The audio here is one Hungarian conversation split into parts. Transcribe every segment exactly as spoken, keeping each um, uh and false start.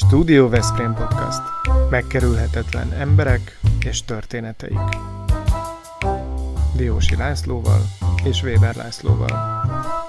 Studio Veszprém Podcast. Megkerülhetetlen emberek és történeteik. Diósi Lászlóval és Weber Lászlóval.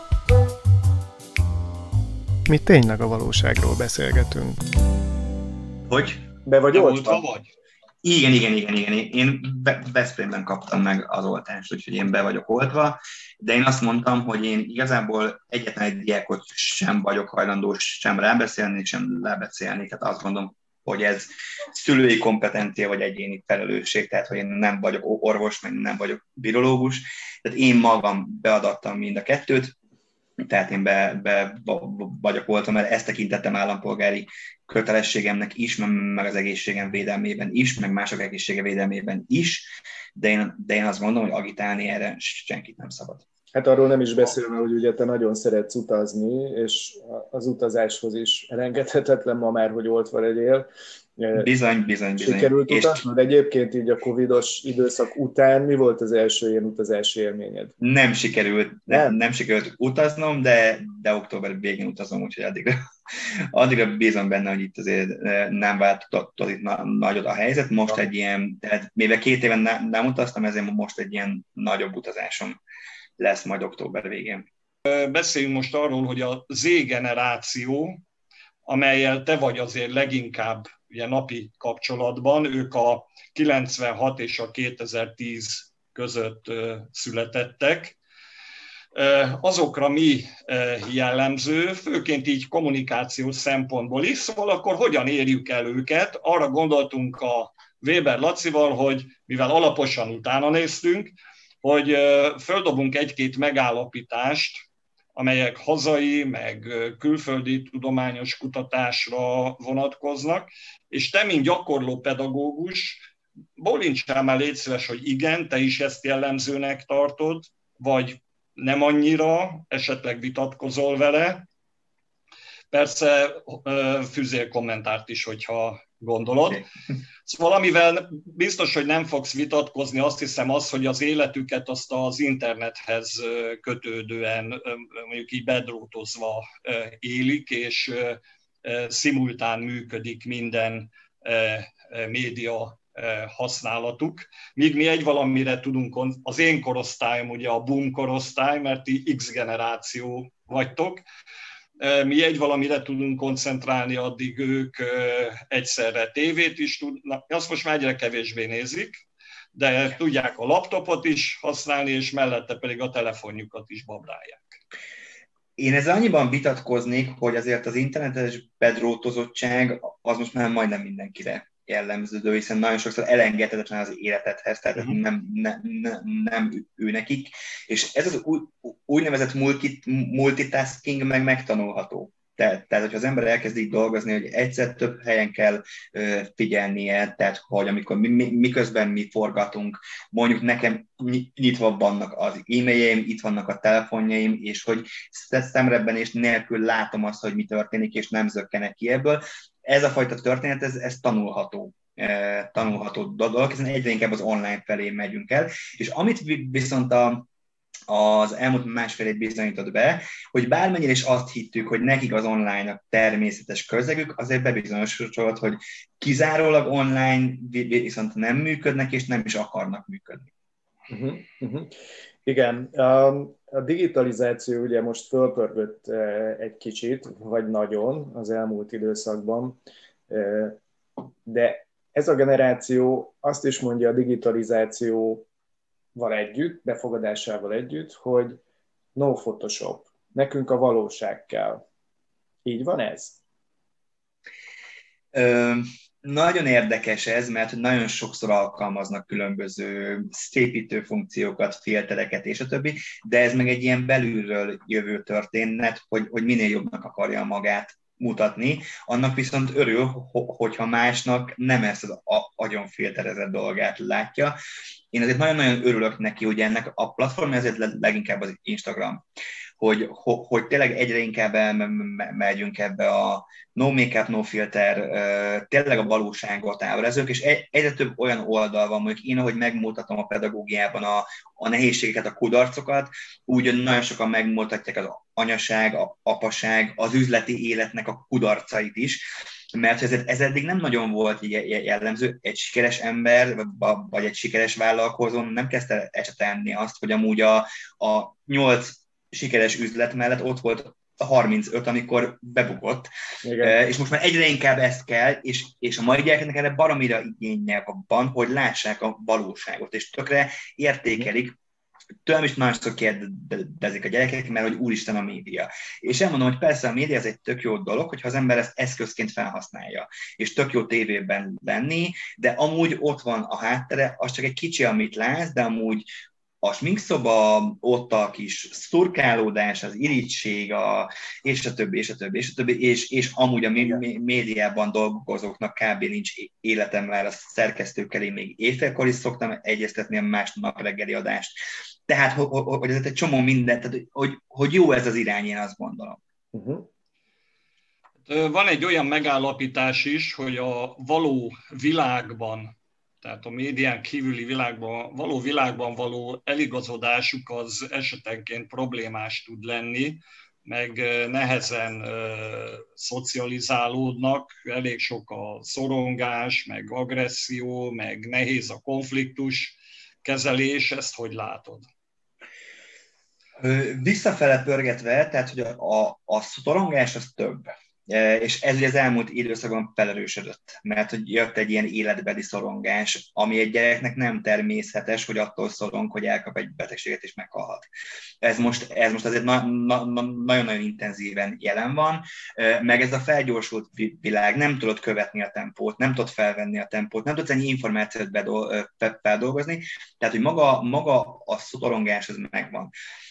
Mi tényleg a valóságról beszélgetünk. Hogy? Be vagy oltva? vagy? Igen, igen, igen, igen. Én Veszprémben kaptam meg az oltást, úgyhogy én be vagyok oltva, de én azt mondtam, hogy én igazából egyetlen egy diákot sem vagyok hajlandó sem rábeszélni, sem lebeszélni, tehát azt gondolom, hogy ez szülői kompetencia vagy egyéni felelősség, tehát hogy én nem vagyok orvos, meg nem vagyok virológus, tehát én magam beadattam mind a kettőt, tehát én be, be vagyok oltva, mert ezt tekintettem állampolgári kötelességemnek is, meg az egészségem védelmében is, meg mások egészsége védelmében is, de én, de én azt gondolom, hogy agitálni erre senkit nem szabad. Hát arról nem is beszélve, hogy ugye te nagyon szeretsz utazni, és az utazáshoz is elengedhetetlen ma már, hogy oltva legyél. Bizony, bizony, bizony. Sikerült utaznod? Egyébként így a covidos időszak után mi volt az első ilyen utazási élményed? Nem sikerült, nem, nem? nem sikerült utaznom, de, de október végén utazom, úgyhogy addigra, addigra bízom benne, hogy itt azért nem változott itt nagyot a helyzet. Most ja. egy ilyen, tehát mivel két éven nem, nem utaztam, ezért most egy ilyen nagyobb utazásom lesz majd október végén. Beszéljünk most arról, hogy a Z-generáció, amellyel te vagy azért leginkább ugye, napi kapcsolatban, ők a kilencvenhat és a kétezer-tíz között születettek. Azokra mi jellemző, főként így kommunikációs szempontból is, szóval akkor hogyan érjük el őket? Arra gondoltunk a Weber Lacival, hogy mivel alaposan utána néztünk, hogy földobunk egy-két megállapítást, amelyek hazai, meg külföldi tudományos kutatásra vonatkoznak, és te, mint gyakorló pedagógus, bólintsál már, légy szíves, hogy igen, te is ezt jellemzőnek tartod, vagy nem annyira, esetleg vitatkozol vele. Persze fűzél kommentárt is, hogyha gondolod. Okay. Szóval amivel biztos, hogy nem fogsz vitatkozni, azt hiszem az, hogy az életüket azt az internethez kötődően, mondjuk így bedrótozva élik, és szimultán működik minden média használatuk. Míg mi egy valamire tudunk, az én korosztályom ugye a boom korosztály, mert ti X generáció vagytok, mi egy valamire tudunk koncentrálni, addig ők egyszerre tévét is tudnak, azt most már egyre kevésbé nézik, de tudják a laptopot is használni, és mellette pedig a telefonjukat is babrálják. Én ezzel annyiban vitatkoznék, hogy azért az internetes bedrótozottság az most már majdnem mindenkire jellemző, hiszen nagyon sokszor elengedhetetlen az életedhez, tehát uh-huh. nem, nem, nem, nem ő nekik, és ez az új, úgynevezett multitasking meg megtanulható. Tehát, tehát, hogyha az ember elkezd így dolgozni, hogy egyszer több helyen kell ö, figyelnie, tehát, hogy amikor mi, mi, miközben mi forgatunk, mondjuk nekem nyitva vannak az e-mailjeim, itt vannak a telefonjaim, és hogy szemrebbenés nélkül látom azt, hogy mi történik, és nem zökkenek ki ebből. Ez a fajta történet, ez, ez tanulható, eh, tanulható dolog, hiszen egyre inkább az online felé megyünk el, és amit viszont a, az elmúlt másfél év bizonyított be, hogy bármennyire is azt hittük, hogy nekik az online a természetes közegük, azért bebizonyosodott, hogy kizárólag online viszont nem működnek, és nem is akarnak működni. Uh-huh, uh-huh. Igen, a digitalizáció ugye most fölpörgött egy kicsit, vagy nagyon az elmúlt időszakban, de ez a generáció azt is mondja a digitalizációval együtt, befogadásával együtt, hogy no Photoshop, nekünk a valóság kell. Így van ez? Ö... Nagyon érdekes ez, mert nagyon sokszor alkalmaznak különböző szépítő funkciókat, filtereket és a többi, de ez meg egy ilyen belülről jövő történet, hogy, hogy minél jobbnak akarja magát mutatni. Annak viszont örül, hogyha másnak nem ezt az agyon filterezett dolgát látja. Én azért nagyon-nagyon örülök neki, hogy ennek a platformja azért leginkább az Instagram. Hogy, hogy tényleg egyre inkább elmegyünk ebbe a no make-up, no filter, tényleg a valóságot ábrázoljuk, és egyre több olyan oldal van, mondjuk én, ahogy megmutatom a pedagógiában a, a nehézségeket, a kudarcokat, úgy nagyon sokan megmutatják az anyaság, a apaság, az üzleti életnek a kudarcait is, mert ez, ez eddig nem nagyon volt jellemző. Egy sikeres ember, vagy egy sikeres vállalkozó nem kezdte ecsetelni azt, hogy amúgy a, a nyolc sikeres üzlet mellett ott volt a harmincöt, amikor bebukott. Igen. És most már egyre inkább ezt kell, és, és a mai gyerekeknek erre baromira igénye van, hogy lássák a valóságot, és tökre értékelik. Tőlem is mások kérdezik a gyerekek, mert hogy úristen a média. És elmondom, hogy persze a média ez egy tök jó dolog, hogyha az ember ezt eszközként felhasználja, és tök jó tévében lenni, de amúgy ott van a háttere, az csak egy kicsi, amit látsz, de amúgy a sminkszoba, ott a kis szurkálódás, az irigység, a, és a többi, és a többi, és a többi, és, és amúgy a médiában dolgozóknak kb. Nincs életem, már a szerkesztőkkel én még éjfélkor is szoktam egyeztetni a másnap reggeli adást. Tehát, hogy ez egy csomó minden, tehát, hogy, hogy jó ez az irány, én azt gondolom. Uh-huh. Van egy olyan megállapítás is, hogy a való világban, tehát a médián kívüli világban, való világban való eligazodásuk az esetenként problémás tud lenni, meg nehezen uh, szocializálódnak, elég sok a szorongás, meg agresszió, meg nehéz a konfliktus kezelés, ezt hogy látod? Visszafele pörgetve, tehát hogy a, a, a szorongás az több. És ez ugye az elmúlt időszakban felerősödött, mert hogy jött egy ilyen életbeli szorongás, ami egy gyereknek nem természetes, hogy attól szorong, hogy elkap egy betegséget és meghalhat. Ez most, ez most azért na, na, na, nagyon-nagyon intenzíven jelen van, meg ez a felgyorsult világ, nem tudod követni a tempót, nem tudod felvenni a tempót, nem tudsz ennyi információt bedol, feldolgozni, tehát hogy maga, maga a szorongás az megvan.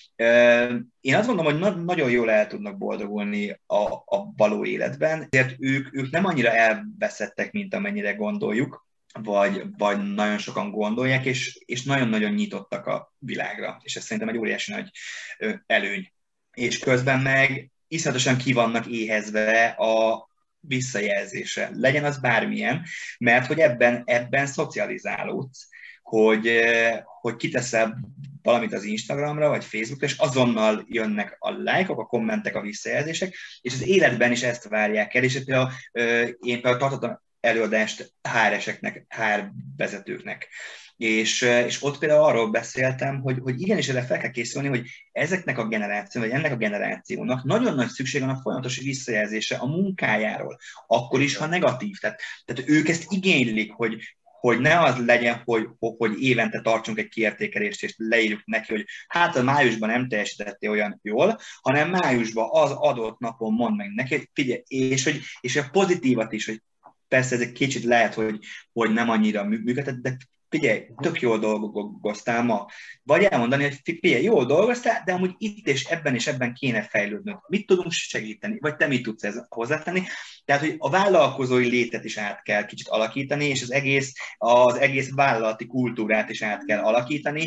Én azt gondolom, hogy na- nagyon jól el tudnak boldogulni a, a való életben, ezért ők, ők nem annyira elveszettek, mint amennyire gondoljuk, vagy, vagy nagyon sokan gondolják, és, és nagyon-nagyon nyitottak a világra, és ez szerintem egy óriási nagy előny. És közben meg iszonyatosan ki vannak éhezve a visszajelzésre. Legyen az bármilyen, mert hogy ebben, ebben szocializálódsz, hogy, hogy kiteszel valamit az Instagramra, vagy Facebookra, és azonnal jönnek a lájkok, a kommentek, a visszajelzések, és az életben is ezt várják el, és például én például tartottam előadást há er eseknek, há er vezetőknek, és, és ott például arról beszéltem, hogy, hogy igenis erre fel kell készülni, hogy ezeknek a generáció, vagy ennek a generációnak nagyon nagy szükség van a folyamatos visszajelzése a munkájáról, akkor is, ha negatív. Tehát, tehát ők ezt igénylik, hogy hogy ne az legyen, hogy, hogy évente tartsunk egy kiértékelést, és leírjuk neki, hogy hát a májusban nem teljesítettél olyan jól, hanem májusban az adott napon mondd meg neki, hogy figyelj, és, hogy, és a pozitívat is, hogy persze ez egy kicsit lehet, hogy, hogy nem annyira működhet, de figyelj, tök jól dolgoztál ma. Vagy elmondani, hogy figyelj, jól dolgoztál, de amúgy itt és ebben és ebben kéne fejlődnöd. Mit tudunk segíteni? Vagy te mit tudsz ezzel hozzátenni? Tehát, hogy a vállalkozói létet is át kell kicsit alakítani, és az egész, az egész vállalati kultúrát is át kell alakítani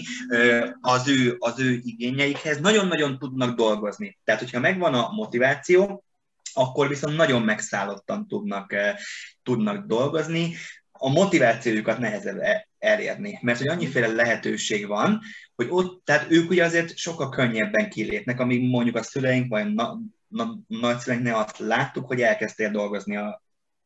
az ő, az ő igényeikhez. Nagyon-nagyon tudnak dolgozni. Tehát, hogyha megvan a motiváció, akkor viszont nagyon megszállottan tudnak, tudnak dolgozni. A motivációjukat nehezebb elérni, mert hogy annyiféle lehetőség van, hogy ott, tehát ők ugye azért sokkal könnyebben kilépnek, amíg mondjuk a szüleink, vagy na, na, nagyszüleink ne azt láttuk, hogy elkezdtél dolgozni a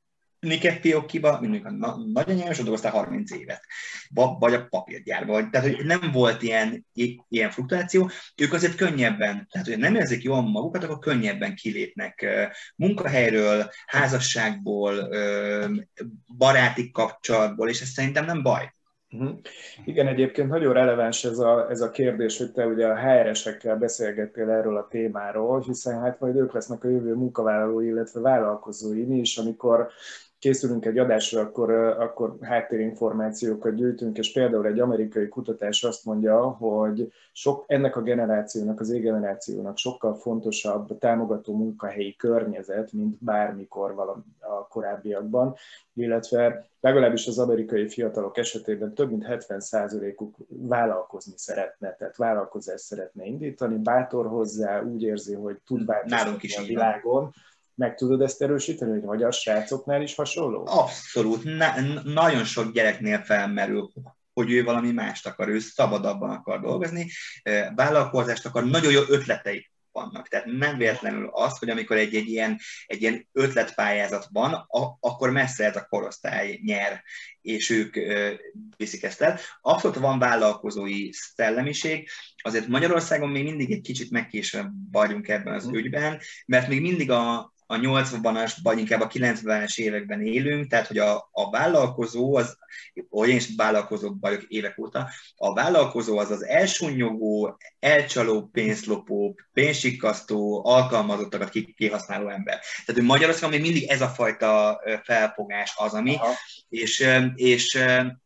Nike fiókiba, mondjuk a na, nagyanyám, és ott dolgoztál harminc évet, vagy a papírgyárban. Tehát, hogy nem volt ilyen, ilyen fluktuáció, ők azért könnyebben, tehát, hogy nem érzik jól magukat, akkor könnyebben kilépnek munkahelyről, házasságból, baráti kapcsolatból, és ez szerintem nem baj. Uh-huh. Igen, egyébként nagyon releváns ez a, ez a kérdés, hogy te ugye a há er esekkel beszélgettél erről a témáról, hiszen hát majd ők lesznek a jövő munkavállalói, illetve vállalkozói. Mi is, amikor készülünk egy adásra, akkor, akkor háttérinformációkat gyűjtünk, és például egy amerikai kutatás azt mondja, hogy sok, ennek a generációnak, az Z-generációnak sokkal fontosabb támogató munkahelyi környezet, mint bármikor valami a korábbiakban, illetve legalábbis az amerikai fiatalok esetében több mint hetven százalékuk vállalkozni szeretne, tehát vállalkozást szeretne indítani, bátor hozzá, úgy érzi, hogy tud változtatni a világon. Meg tudod ezt erősíteni, hogy a magyar srácoknál is hasonló? Abszolút. Na, nagyon sok gyereknél felmerül, hogy ő valami mást akar, ő szabadabban akar dolgozni, vállalkozást akar, nagyon jó ötletei vannak. Tehát nem véletlenül az, hogy amikor egy, egy, ilyen, egy ilyen ötletpályázat van, a, akkor messze ez a korosztály nyer, és ők ö, viszik ezt el. Abszolút van vállalkozói szellemiség, azért Magyarországon még mindig egy kicsit megkésve vagyunk ebben az ügyben, mert még mindig a a nyolcvanas, vagy inkább a kilencvenes években élünk, tehát hogy a, a vállalkozó, az, hogy én is vállalkozó vagyok évek óta, a vállalkozó az az elsúnyogó, elcsaló, pénzlopó, pénzsikkasztó, alkalmazottakat kihasználó ember. Tehát, hogy Magyarországon még mindig ez a fajta felfogás az, ami, és, és,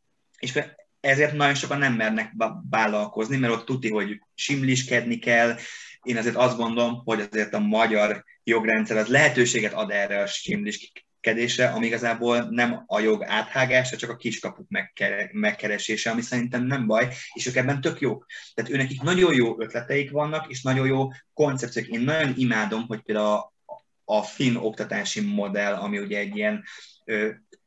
és ezért nagyon sokan nem mernek vállalkozni, mert ott tudni, hogy simliskedni kell. Én azért azt gondolom, hogy azért a magyar jogrendszer az lehetőséget ad erre a simliskedésre, ami igazából nem a jog áthágása, csak a kiskapuk megkeresése, ami szerintem nem baj, és ők ebben tök jók. Tehát őnekik nagyon jó ötleteik vannak, és nagyon jó koncepciók. Én nagyon imádom, hogy például a, a finn oktatási modell, ami ugye egy ilyen ö,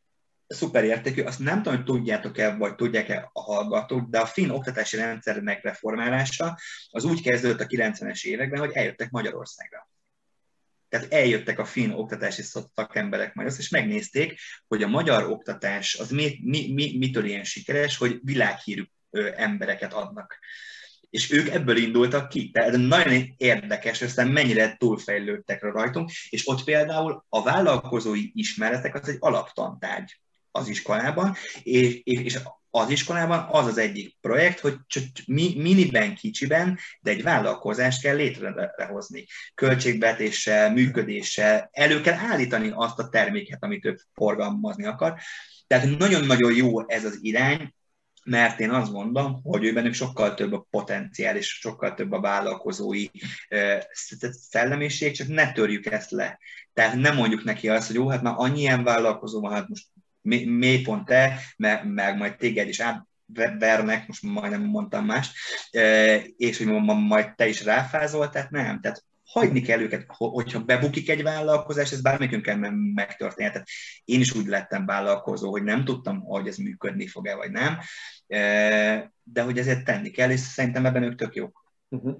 szuper értékű, azt nem tudom, hogy tudjátok-e, vagy tudják-e a hallgatók, de a finn oktatási rendszer megreformálása az úgy kezdődött a kilencvenes években, hogy eljöttek Magyarországra. Tehát eljöttek a finn oktatási szakemberek Magyarországra, és megnézték, hogy a magyar oktatás az mi, mi, mi, mitől ilyen sikeres, hogy világhírű embereket adnak. És ők ebből indultak ki. Tehát nagyon érdekes, hogy aztán mennyire túlfejlődtek rajtunk, és ott például a vállalkozói ismeretek az egy alaptantárgy az iskolában, és, és az iskolában az az egyik projekt, hogy csak miniben, kicsiben, de egy vállalkozást kell létrehozni. Költségvetéssel, működéssel, elő kell állítani azt a terméket, amit ő forgalmazni akar. Tehát nagyon-nagyon jó ez az irány, mert én azt mondom, hogy ő bennük sokkal több a potenciál, és sokkal több a vállalkozói szellemiség, csak ne törjük ezt le. Tehát nem mondjuk neki azt, hogy jó, hát már annyi ilyen vállalkozó van, hát most mély pont te, meg, meg majd téged is átvernek, most majdnem mondtam mást, és hogy majd te is ráfázol, tehát nem. Tehát hagyni kell őket, hogyha bebukik egy vállalkozás, ez bármelyikünkkel megtörténhet. Tehát én is úgy lettem vállalkozó, hogy nem tudtam, hogy ez működni fog-e, vagy nem, de hogy ezért tenni kell, és szerintem ebben ők tök jók. Uh-huh.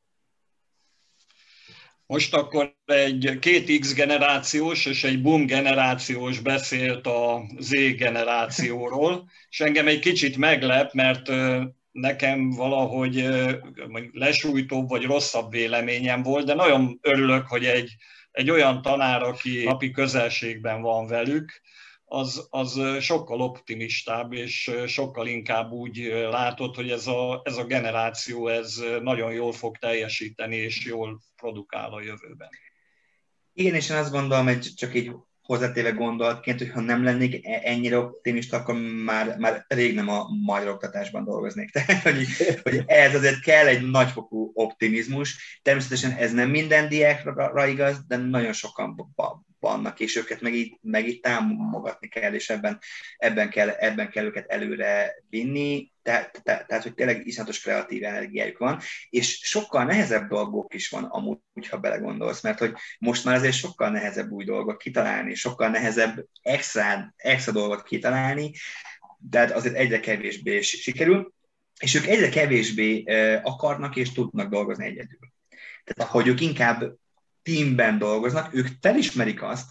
Most akkor egy két X generációs és egy boom generációs beszélt a Z generációról, és engem egy kicsit meglep, mert nekem valahogy lesújtóbb vagy rosszabb véleményem volt, de nagyon örülök, hogy egy, egy olyan tanár, aki napi közelségben van velük, az, az sokkal optimistább, és sokkal inkább úgy látott, hogy ez a, ez a generáció ez nagyon jól fog teljesíteni, és jól produkál a jövőben. Igen, és én azt gondolom, hogy csak így hozzátéve gondolatként, hogy ha nem lennék ennyire optimista, akkor már, már rég nem a magyar oktatásban dolgoznék. Tehát, hogy, hogy ez azért kell egy nagyfokú optimizmus. Természetesen ez nem minden diákra igaz, de nagyon sokan vannak, és őket meg így, meg így támogatni kell, és ebben, ebben, kell, ebben kell őket előre vinni. Tehát, tehát, tehát, hogy tényleg iszonyatos kreatív energiájuk van, és sokkal nehezebb dolgok is van amúgy, ha belegondolsz, mert hogy most már azért sokkal nehezebb új dolgot kitalálni, sokkal nehezebb extra, extra dolgot kitalálni, de azért egyre kevésbé sikerül, és ők egyre kevésbé akarnak és tudnak dolgozni egyedül. Tehát, hogy ők inkább teamben dolgoznak, ők felismerik azt,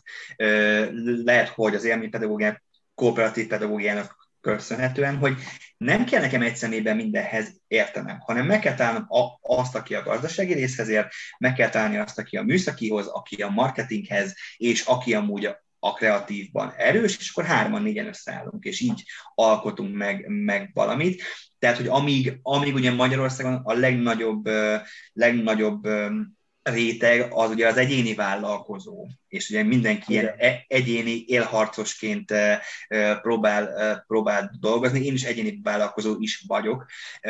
lehet, hogy az élménypedagógiának, kooperatív pedagógiának köszönhetően, hogy nem kell nekem egy személyben mindenhez értenem, hanem meg kell találnom azt, aki a gazdasági részhez ért, meg kell találni azt, aki a műszakihoz, aki a marketinghez, és aki amúgy a, a kreatívban erős, és akkor hárman, négyen összeállunk, és így alkotunk meg, meg valamit. Tehát, hogy amíg, amíg ugye Magyarországon a legnagyobb, legnagyobb réteg az ugye az egyéni vállalkozó, és ugye mindenki ilyen egyéni élharcosként próbál, próbál dolgozni, én is egyéni vállalkozó is vagyok,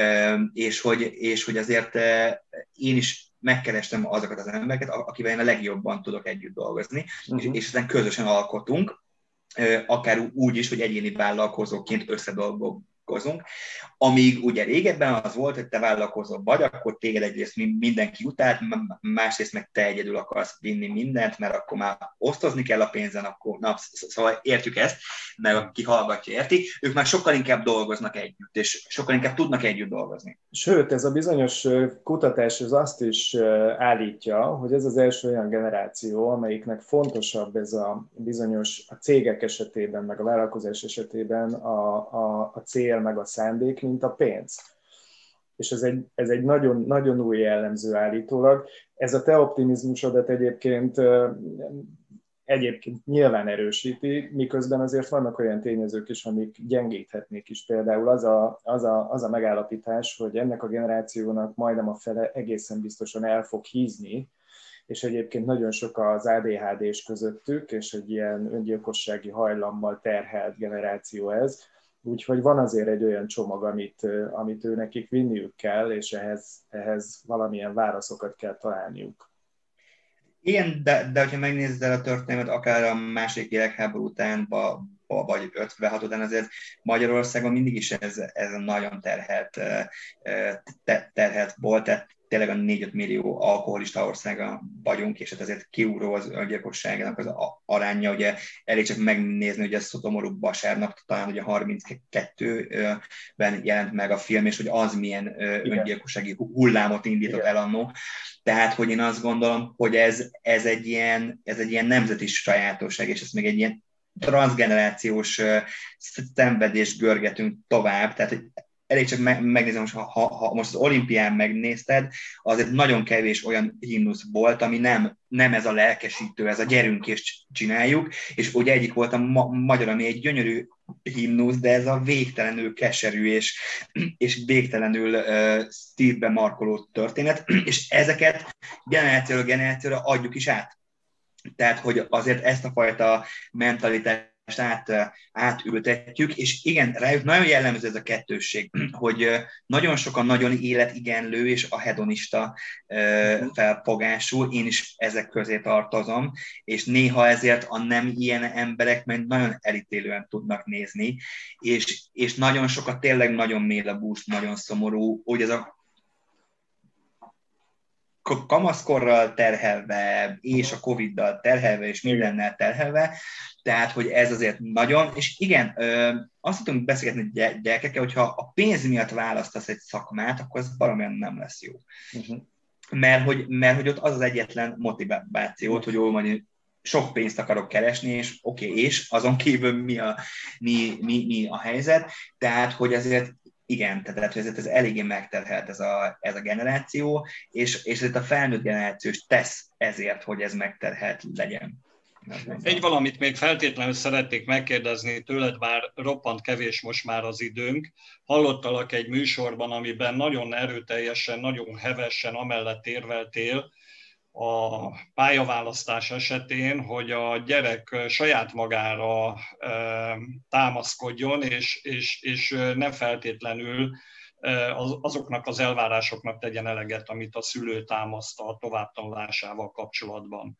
és hogy, és hogy azért én is megkerestem azokat az embereket, akivel én a legjobban tudok együtt dolgozni, uh-huh. és, és aztán közösen alkotunk, akár úgy is, hogy egyéni vállalkozóként összedolgozunk dolgozunk. Amíg ugye régebben az volt, hogy te vállalkozó vagy, akkor téged egyrészt mindenki utált, másrészt meg te egyedül akarsz vinni mindent, mert akkor már osztozni kell a pénzen, akkor na, szóval értjük ezt, meg aki hallgatja érti, ők már sokkal inkább dolgoznak együtt, és sokkal inkább tudnak együtt dolgozni. Sőt, ez a bizonyos kutatás az azt is állítja, hogy ez az első olyan generáció, amelyiknek fontosabb ez a bizonyos a cégek esetében, meg a vállalkozás esetében a, a, a cél, meg a szándék, mint a pénz. És ez egy, ez egy nagyon, nagyon új jellemző állítólag. Ez a te optimizmusodat egyébként egyébként nyilván erősíti, miközben azért vannak olyan tényezők is, amik gyengíthetnék is. Például az a, az a, az a megállapítás, hogy ennek a generációnak majdnem a fele egészen biztosan el fog hízni, és egyébként nagyon sok az á dé há dés közöttük, és egy ilyen öngyilkossági hajlammal terhelt generáció ez. Úgyhogy van azért egy olyan csomag, amit, amit ő nekik vinniük kell, és ehhez, ehhez valamilyen válaszokat kell találniuk. Igen, de, de hogyha megnézed el a történelmet, akár a második világháború után, vagy ötvenhat után, azért Magyarországon mindig is ez, ez nagyon terhelt, terhelt volt, tehát tényleg a négy-öt millió alkoholista országa vagyunk, és hát ezért kiugró az öngyilkosságnak az aránya, ugye elég csak megnézni, hogy a Szotomorú vasárnap talán ugye harminckettőben jelent meg a film, és hogy az milyen öngyilkossági hullámot indított el annó. Tehát, hogy én azt gondolom, hogy ez, ez, egy ilyen, ez egy ilyen nemzeti sajátosság, és ez még egy ilyen transzgenerációs szenvedést görgetünk tovább, tehát hogy elég csak megnézem, most, ha, ha most az olimpián megnézted, azért nagyon kevés olyan himnusz volt, ami nem, nem ez a lelkesítő, ez a gyerünk és csináljuk, és ugye egyik volt a ma- magyar, ami egy gyönyörű himnusz, de ez a végtelenül keserű és, és végtelenül uh, szívbe markoló történet, és ezeket generációra generációra adjuk is át. Tehát, hogy azért ezt a fajta mentalitást át, átültetjük, és igen, rájuk nagyon jellemző ez a kettősség, hogy nagyon sokan nagyon életigenlő és a hedonista felfogású, én is ezek közé tartozom, és néha ezért a nem ilyen emberek meg nagyon elítélően tudnak nézni, és, és nagyon sokat tényleg nagyon mély a búst, nagyon szomorú, hogy ez a kamaszkorral terhelve, és a Coviddal terhelve, és mindennel terhelve, tehát, hogy ez azért nagyon, és igen, azt tudunk beszélgetni gyerekekkel, hogyha a pénz miatt választasz egy szakmát, akkor ez valamilyen nem lesz jó. Uh-huh. Mert, hogy, mert hogy ott az az egyetlen motivációt, hogy jól mondani, sok pénzt akarok keresni, és oké, okay, és azon kívül mi a, mi, mi, mi a helyzet, tehát, hogy azért igen, tehát ez, ez eléggé megterhelt ez a, ez a generáció, és, és ez a felnőtt generáció is tesz ezért, hogy ez megterhelt legyen. Egy valamit még feltétlenül szeretnék megkérdezni tőled, bár roppant kevés most már az időnk. Hallottalak egy műsorban, amiben nagyon erőteljesen, nagyon hevesen amellett érveltél a pályaválasztás esetén, hogy a gyerek saját magára támaszkodjon, és, és, és ne feltétlenül azoknak az elvárásoknak tegyen eleget, amit a szülő támaszt a továbbtanulásával kapcsolatban.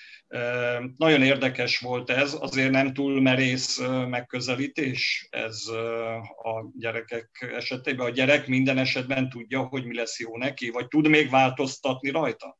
Nagyon érdekes volt ez, azért nem túl merész megközelítés ez a gyerekek esetében. A gyerek minden esetben tudja, hogy mi lesz jó neki, vagy tud még változtatni rajta?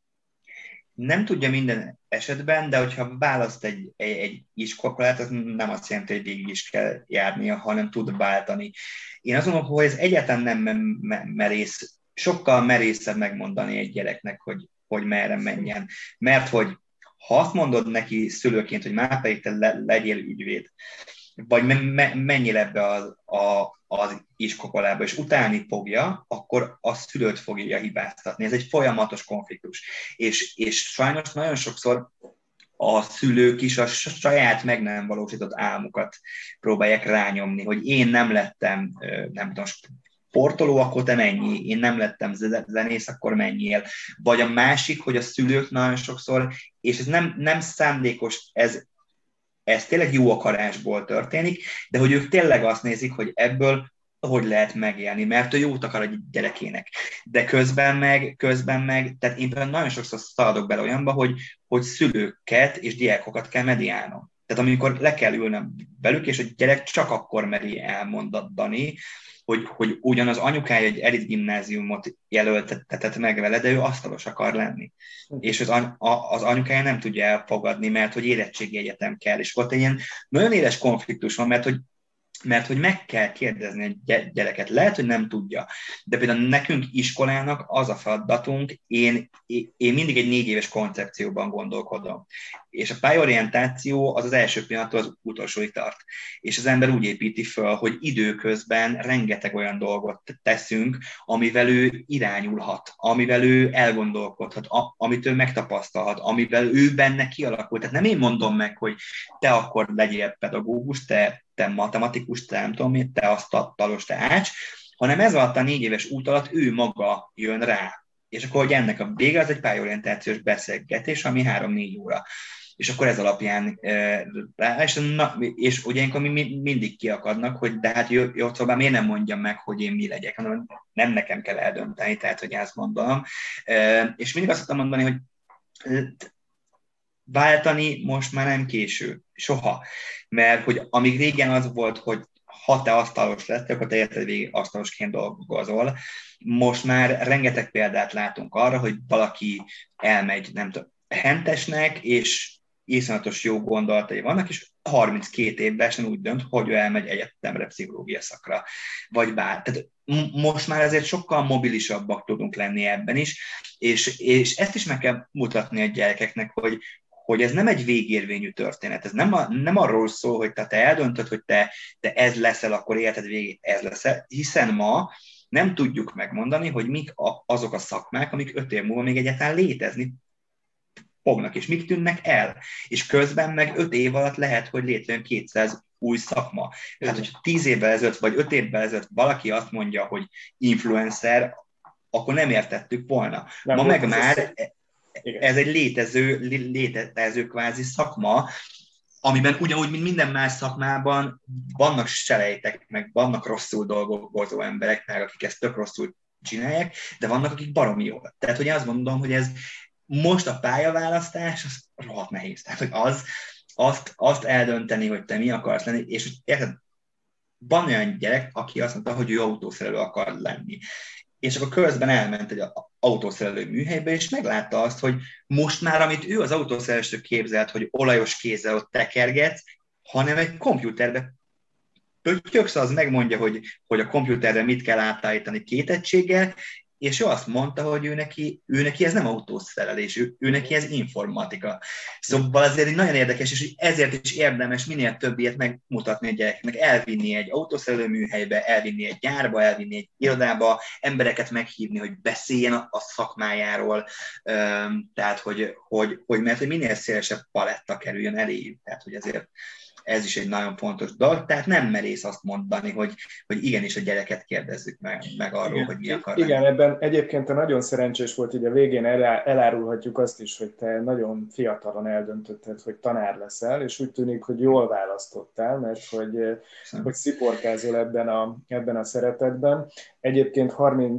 Nem tudja minden esetben, de hogyha választ egy, egy, egy iskolát, az nem azt jelenti, hogy végig is kell járnia, hanem tud váltani. Én azt mondom, hogy ez egyáltalán nem merész, sokkal merészebb megmondani egy gyereknek, hogy, hogy merre menjen. Mert hogy ha azt mondod neki szülőként, hogy már pedig te le, legyél ügyvéd, vagy me, me, menjél ebbe az, a, az iskolába, és utálni fogja, akkor a szülőt fogja hibáztatni. Ez egy folyamatos konfliktus. És, és sajnos nagyon sokszor a szülők is a saját meg nem valósított álmukat próbálják rányomni, hogy én nem lettem, nem tudom, sportoló, akkor te mennyi, én nem lettem zenész, akkor menjél. Vagy a másik, hogy a szülők nagyon sokszor, és ez nem, nem szándékos, ez, ez tényleg jó akarásból történik, de hogy ők tényleg azt nézik, hogy ebből hogy lehet megélni, mert ő jót akar a gyerekének. De közben meg, közben meg, tehát én nagyon sokszor szaladok bele olyanba, hogy, hogy szülőket és diákokat kell mediálnom. Tehát amikor le kell ülnem velük, és a gyerek csak akkor meri elmondani, hogy, hogy ugyan az anyukája egy elit gimnáziumot jelöltetett meg vele, de ő asztalos akar lenni. És az, any, a, az anyukája nem tudja elfogadni, mert hogy érettségi egyetem kell. És ott egy ilyen nagyon éles konfliktus van, mert hogy mert hogy meg kell kérdezni a gyereket. Lehet, hogy nem tudja, de például nekünk iskolának az a feladatunk, én, én mindig egy négy éves koncepcióban gondolkodom. És a pályorientáció az az első pillanattól az utolsóig tart. És az ember úgy építi föl, hogy időközben rengeteg olyan dolgot teszünk, amivel ő irányulhat, amivel ő elgondolkodhat, amit ő megtapasztalhat, amivel ő benne kialakul. Tehát nem én mondom meg, hogy te akkor legyél pedagógus, te te matematikus, te nem tudom, te asztalos, te ács, hanem ez alatt a négy éves út alatt ő maga jön rá. És akkor, hogy ennek a vége az egy pályorientációs beszélgetés, ami három-négy óra. És akkor ez alapján rá, és, na, és ugye ilyenkor mi mindig kiakadnak, hogy de hát jó, jó, szóval miért nem mondjam meg, hogy én mi legyek, hanem nem nekem kell eldönteni, tehát, hogy ezt mondom. És mindig azt szoktam mondani, hogy váltani most már nem késő. Soha. Mert hogy amíg régen az volt, hogy ha te asztalos lettél, akkor te érted végig asztalosként dolgozol. Most már rengeteg példát látunk arra, hogy valaki elmegy, nem tudom, hentesnek, és iszonyatos jó gondolatai vannak, és harminckét évesen úgy dönt, hogy ő elmegy egyetemre pszichológia szakra, vagy bár. Tehát most már azért sokkal mobilisabbak tudunk lenni ebben is, és, és ezt is meg kell mutatni a gyerekeknek, hogy hogy ez nem egy végérvényű történet. Ez nem, a, nem arról szól, hogy te, te eldöntöd, hogy te, te ez leszel, akkor életed végig ez leszel, hiszen ma nem tudjuk megmondani, hogy mik a, azok a szakmák, amik öt év múlva még egyáltalán létezni fognak, és mik tűnnek el. És közben meg öt év alatt lehet, hogy létrejön kétszáz új szakma. Tehát, hogyha tíz évvel ezelőtt, vagy öt évvel ezelőtt valaki azt mondja, hogy influencer, akkor nem értettük volna. Nem, ma meg már... Igen. Ez egy létező, létező kvázi szakma, amiben ugyanúgy, mint minden más szakmában vannak selejtek, meg vannak rosszul dolgozó emberek, meg akik ezt tök rosszul csinálják, de vannak, akik baromi jól. Tehát, hogy azt mondom, hogy ez most a pályaválasztás, az rohadt nehéz. Tehát, hogy az, azt, azt eldönteni, hogy te mi akarsz lenni, és érted, van olyan gyerek, aki azt mondta, hogy ő autószerelő akar lenni. És akkor közben elment egy autószerelő műhelybe, és meglátta azt, hogy most már, amit ő az autószerelőstől képzelt, hogy olajos kézzel ott tekerget, hanem egy komputerbe pöttyöksz, az megmondja, hogy, hogy a komputerre mit kell átállítani két egységgel, és ő azt mondta, hogy ő neki, ő neki ez nem autószerelés, ő, ő neki ez informatika. Szóval azért nagyon érdekes, és ezért is érdemes minél több ilyet megmutatni a gyerekeknek, elvinni egy autószerelő műhelybe, elvinni egy gyárba, elvinni egy irodába, embereket meghívni, hogy beszéljen a, a szakmájáról, tehát hogy, hogy, hogy mert hogy minél szélesebb paletta kerüljön eléjük, tehát hogy ezért ez is egy nagyon fontos dolog, tehát nem merész azt mondani, hogy, hogy igenis a gyereket kérdezzük meg, meg arról, igen, hogy mi akar lenni. Igen, ebben egyébként te nagyon szerencsés volt, így a végén elárulhatjuk azt is, hogy te nagyon fiatalon eldöntötted, hogy tanár leszel, és úgy tűnik, hogy jól választottál, mert hogy, hogy sziporkázol ebben a, ebben a szeretetben. Egyébként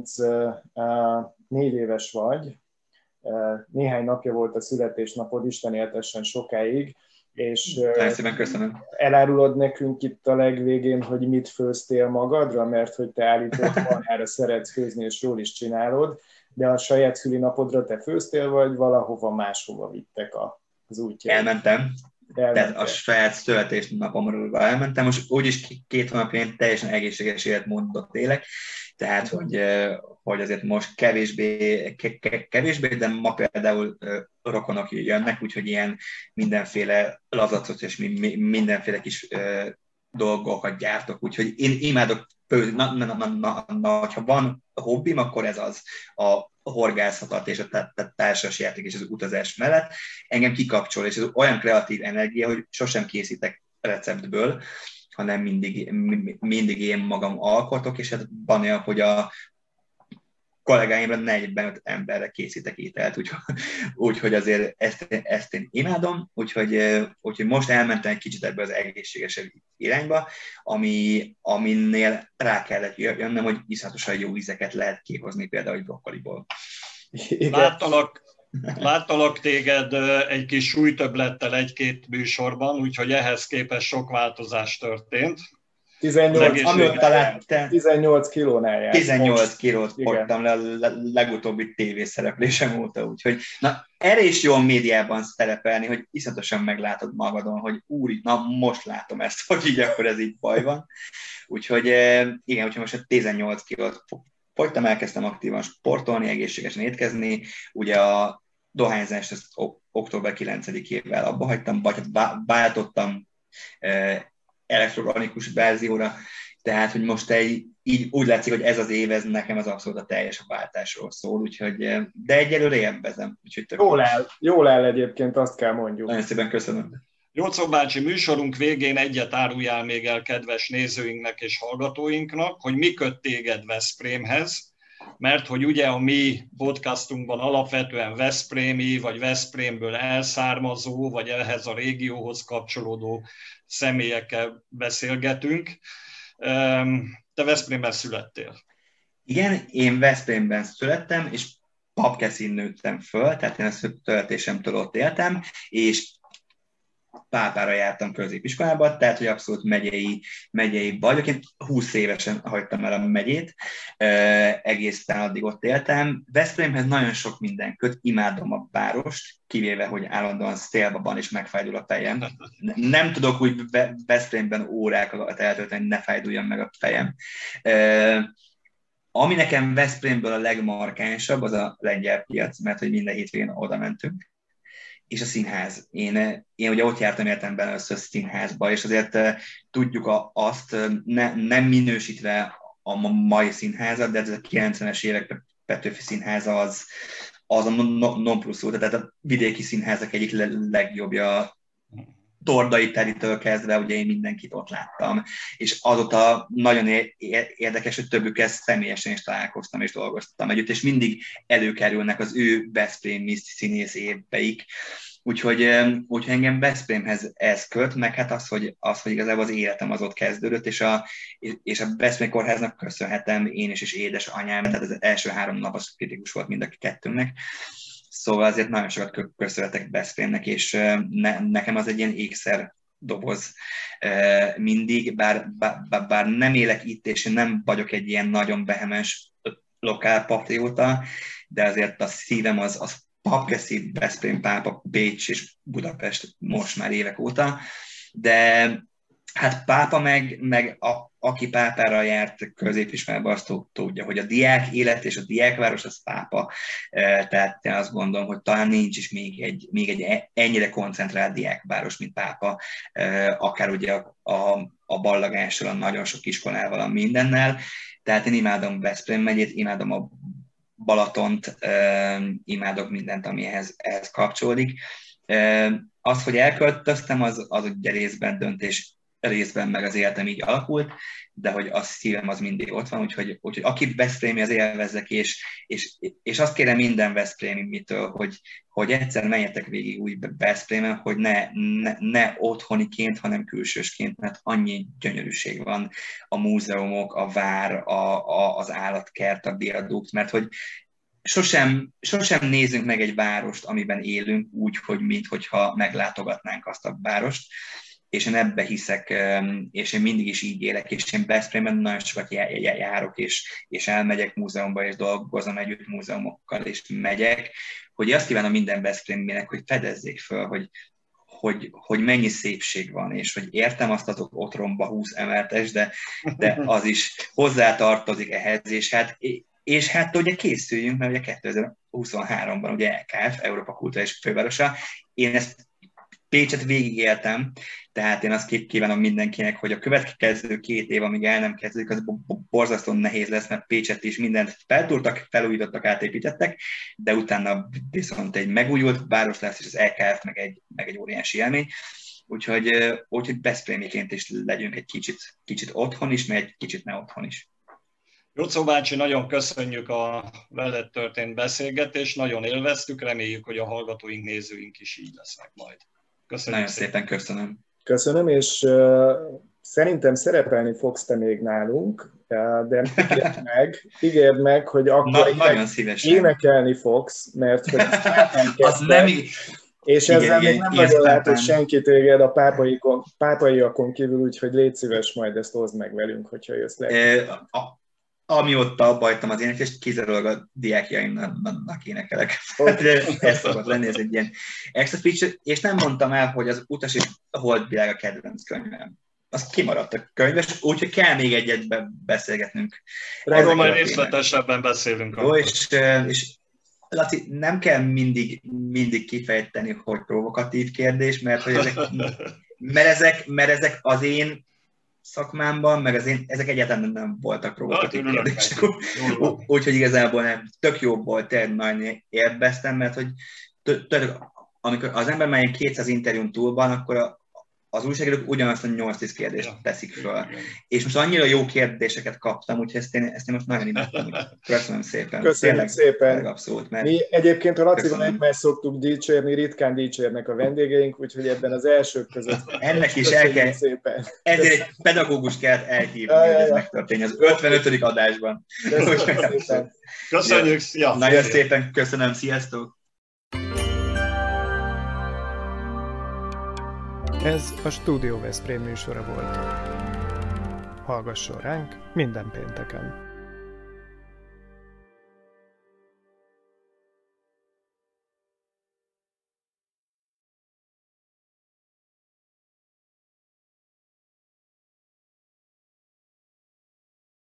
harmincnégy éves vagy, néhány napja volt a születésnapod, Isten éltessen sokáig, és szépen köszönöm. Elárulod nekünk itt a legvégén, hogy mit főztél magadra, mert hogy te állított marhára szeretsz főzni, és jól is csinálod, de a saját szülinapodra te főztél, vagy valahova máshova vittek az útját? Elmentem. Tehát a saját születésnapomról elmentem, most úgyis két hónapja én teljesen egészséges életmódot élek, tehát hogy, hogy azért most kevésbé, kevésbé, de ma például rokonok jönnek, úgyhogy ilyen mindenféle lazacot és mindenféle kis dolgokat gyártok, úgyhogy én imádok főzni, na, na, na, na, na, ha van hobbim, akkor ez az a horgászatot és a társas játék és az utazás mellett engem kikapcsol, és ez olyan kreatív energia, hogy sosem készítek receptből, hanem mindig, mindig én magam alkotok, és hát van olyan, hogy a kollégáimra negyvenöt emberre készítek ételt, úgyhogy, úgyhogy azért ezt, ezt én imádom, úgyhogy, úgyhogy most elmentem egy kicsit ebbe az egészségesebb irányba, ami, aminél rá kellett jönnöm, hogy iszonyatosan jó ízeket lehet kihozni például egy brokkoliból. Láttalak, Láttalak téged egy kis súlytöbblettel egy-két műsorban, úgyhogy ehhez képest sok változás történt. tizennyolc, amióta láttam, tizennyolc kilónál jársz. tizennyolc kilót portam le a legutóbbi tévészereplésem óta, úgyhogy na, erre is jó a médiában szerepelni, hogy iszonyatosan meglátod magadon, hogy úri, na most látom ezt, hogy így akkor ez így baj van. Úgyhogy igen, úgyhogy most tizennyolc kilót fogytam, elkezdtem aktívan sportolni, egészségesen étkezni, ugye a dohányzást ezt október kilencedikével abba hagytam, vagy váltottam elektronikus verzióra, tehát, hogy most egy, így úgy látszik, hogy ez az év, ez nekem az abszolút a teljes váltásról szól, úgyhogy, de egyelőre élvezem. Jól áll, jól áll egyébként, azt kell mondjuk. Nagyon szépen köszönöm. Jocó bácsi, műsorunk végén egyet áruljál még el kedves nézőinknek és hallgatóinknak, hogy mi köt téged Veszprémhez, mert hogy ugye a mi podcastunkban alapvetően veszprémi, vagy Veszprémből elszármazó, vagy ehhez a régióhoz kapcsolódó személyekkel beszélgetünk. Te Veszprémben születtél. Igen, én Veszprémben születtem, és Papkeszin nőttem föl, tehát én a születésemtől ott éltem, és Pápára jártam középiskolába, tehát hogy abszolút megyei, megyei vagyok. Én húsz évesen hagytam el a megyét, egészen addig ott éltem. Veszprémhez nagyon sok minden köt, imádom a várost, kivéve, hogy állandóan szélba van és megfájdul a fejem. Nem tudok úgy Veszprémben órákat eltölteni, hogy ne fájduljon meg a fejem. Ami nekem Veszprémből a legmarkánsabb, az a lengyel piac, mert hogy minden hétvégén oda mentünk. És a színház. Én, én ugye ott jártam életemben először színházba, és azért uh, tudjuk a, azt, uh, ne, nem minősítve a mai színházat, de ez a kilencvenes évek Petőfi Színháza az, az a non plus ultra, tehát a vidéki színházak egyik legjobbja, Tordai Teritől kezdve, ugye én mindenkit ott láttam, és azóta nagyon érdekes, hogy többükkel személyesen is találkoztam és dolgoztam együtt, és mindig előkerülnek az ő veszprémi színész éveik, úgyhogy, úgyhogy engem Veszprémhez ez köt, meg hát az, hogy, az, hogy igazából az életem az ott kezdődött, és a, és a Veszprém Kórháznak köszönhetem én is, és édesanyám, tehát az első három nap az kritikus volt mind a kettőnknek. Szóval azért nagyon sokat köszönhetek Veszprémnek, és ne, nekem az egy ilyen ékszer doboz mindig, bár, bár, bár nem élek itt, és nem vagyok egy ilyen nagyon vehemens lokálpatrióta, de azért a szívem az, az Papkeszi, Veszprém, Pápa, Bécs és Budapest most már évek óta, de hát Pápa meg, meg a, aki Pápára járt középiskolában, azt tudja, hogy a diák élet és a diákváros az Pápa. Tehát én azt gondolom, hogy talán nincs is még egy, még egy ennyire koncentrált diákváros, mint Pápa, akár ugye a, a, a ballagással, a nagyon sok iskolával, a mindennel. Tehát én imádom Veszprém megyét, imádom a Balatont, imádok mindent, ami ehhez, ehhez kapcsolódik. Az, hogy elköltöztem, az, az ugye részben döntés, részben meg az életem így alakult, de hogy a szívem az mindig ott van, úgyhogy, úgyhogy aki veszprémi, az élvezzek, és, és, és azt kérem minden veszprémitől, hogy, hogy egyszer menjetek végig úgy Veszprémen, hogy ne, ne, ne otthoniként, hanem külsősként, mert annyi gyönyörűség van, a múzeumok, a vár, a, a, az állatkert, a viadukt, mert hogy Sosem, sosem nézünk meg egy várost, amiben élünk úgy, hogy minthogyha meglátogatnánk azt a várost, és én ebbe hiszek, és én mindig is így élek, és én Veszprémben nagyon sokat járok, és, és elmegyek múzeumba, és dolgozom együtt múzeumokkal, és megyek, hogy azt kívánom minden veszpréminek, hogy fedezzék föl, hogy, hogy, hogy mennyi szépség van, és hogy értem azt az otromba húsz emeletes, de, de az is hozzátartozik ehhez, és hát És hát ugye készüljünk, mert ugye kétezer-huszonháromban ugye é ká ef, Európa Kulturális Fővárosa. Én ezt Pécset végigéltem, tehát én azt kívánom mindenkinek, hogy a következő két év, amíg el nem kezdődik, az borzasztóan nehéz lesz, mert Pécset is mindent feltúrtak, felújítottak, átépítettek, de utána viszont egy megújult város lesz, és az é ká ef meg egy, meg egy óriási élmény. Úgyhogy, úgyhogy veszprémiként is legyünk egy kicsit, kicsit otthon is, meg egy kicsit ne otthon is. Jocó bácsi, nagyon köszönjük a veled történt beszélgetést, nagyon élveztük, reméljük, hogy a hallgatóink, nézőink is így lesznek majd. Köszönjük Nagyon szépen, szépen köszönöm. Köszönöm, és uh, Szerintem szerepelni fogsz te még nálunk, de ígérd meg, ígérd meg, hogy akkor Na, nagyon szívesen. énekelni fogsz, mert hogy az nem így. És igen, ezzel igen, még nem igen, nagyon pápán. látott senki téged a pápaiakon, pápaiakon kívül, úgyhogy légy szíves, majd ezt hozd meg velünk, hogyha jössz le. E, a, amióta abba hagytam az éneklést, kizárólag a diákjaimnak énekelek. Okay. Ez szokott lenni, ez egy ilyen extra feature, és nem mondtam el, hogy az Utas és a Holdvilág a kedvenc könyvem. Az kimaradt a könyves, úgyhogy kell még egyet beszélgetnünk. Arról majd részletesebben beszélünk. Jó, és, és Laci, nem kell mindig, mindig kifejteni, hogy provokatív kérdés, mert, hogy ezek, mert, ezek, mert ezek az én szakmámban, meg az én, ezek egyáltalán nem voltak provokatív kérdések. Úgyhogy igazából nem. Tök jó volt, tényleg nagyon élveztem, mert hogy tök, amikor az ember már kétszáz interjún túl van, akkor a, az újságírók ugyanazt a nyolc-tíz kérdést ja, teszik föl. Igen. És most annyira jó kérdéseket kaptam, úgyhogy ezt én, ezt én most nagyon imádtam. Köszönöm szépen. Köszönjük Tényleg, szépen. Abszolút, mert mi egyébként a Lacival egymást szoktuk dicsérni, ritkán dicsérnek a vendégeink, úgyhogy ebben az elsők között. Ennek is el kell, szépen. Ezért egy pedagógus kellett elhívni, hogy ez megtörténjen az ötvenötödik adásban. Köszönjük szépen. Köszönjük. Ja, nagyon szépen köszönöm, sziasztok! Ez a Studio Veszprém műsora volt. Hallgasson ránk minden pénteken!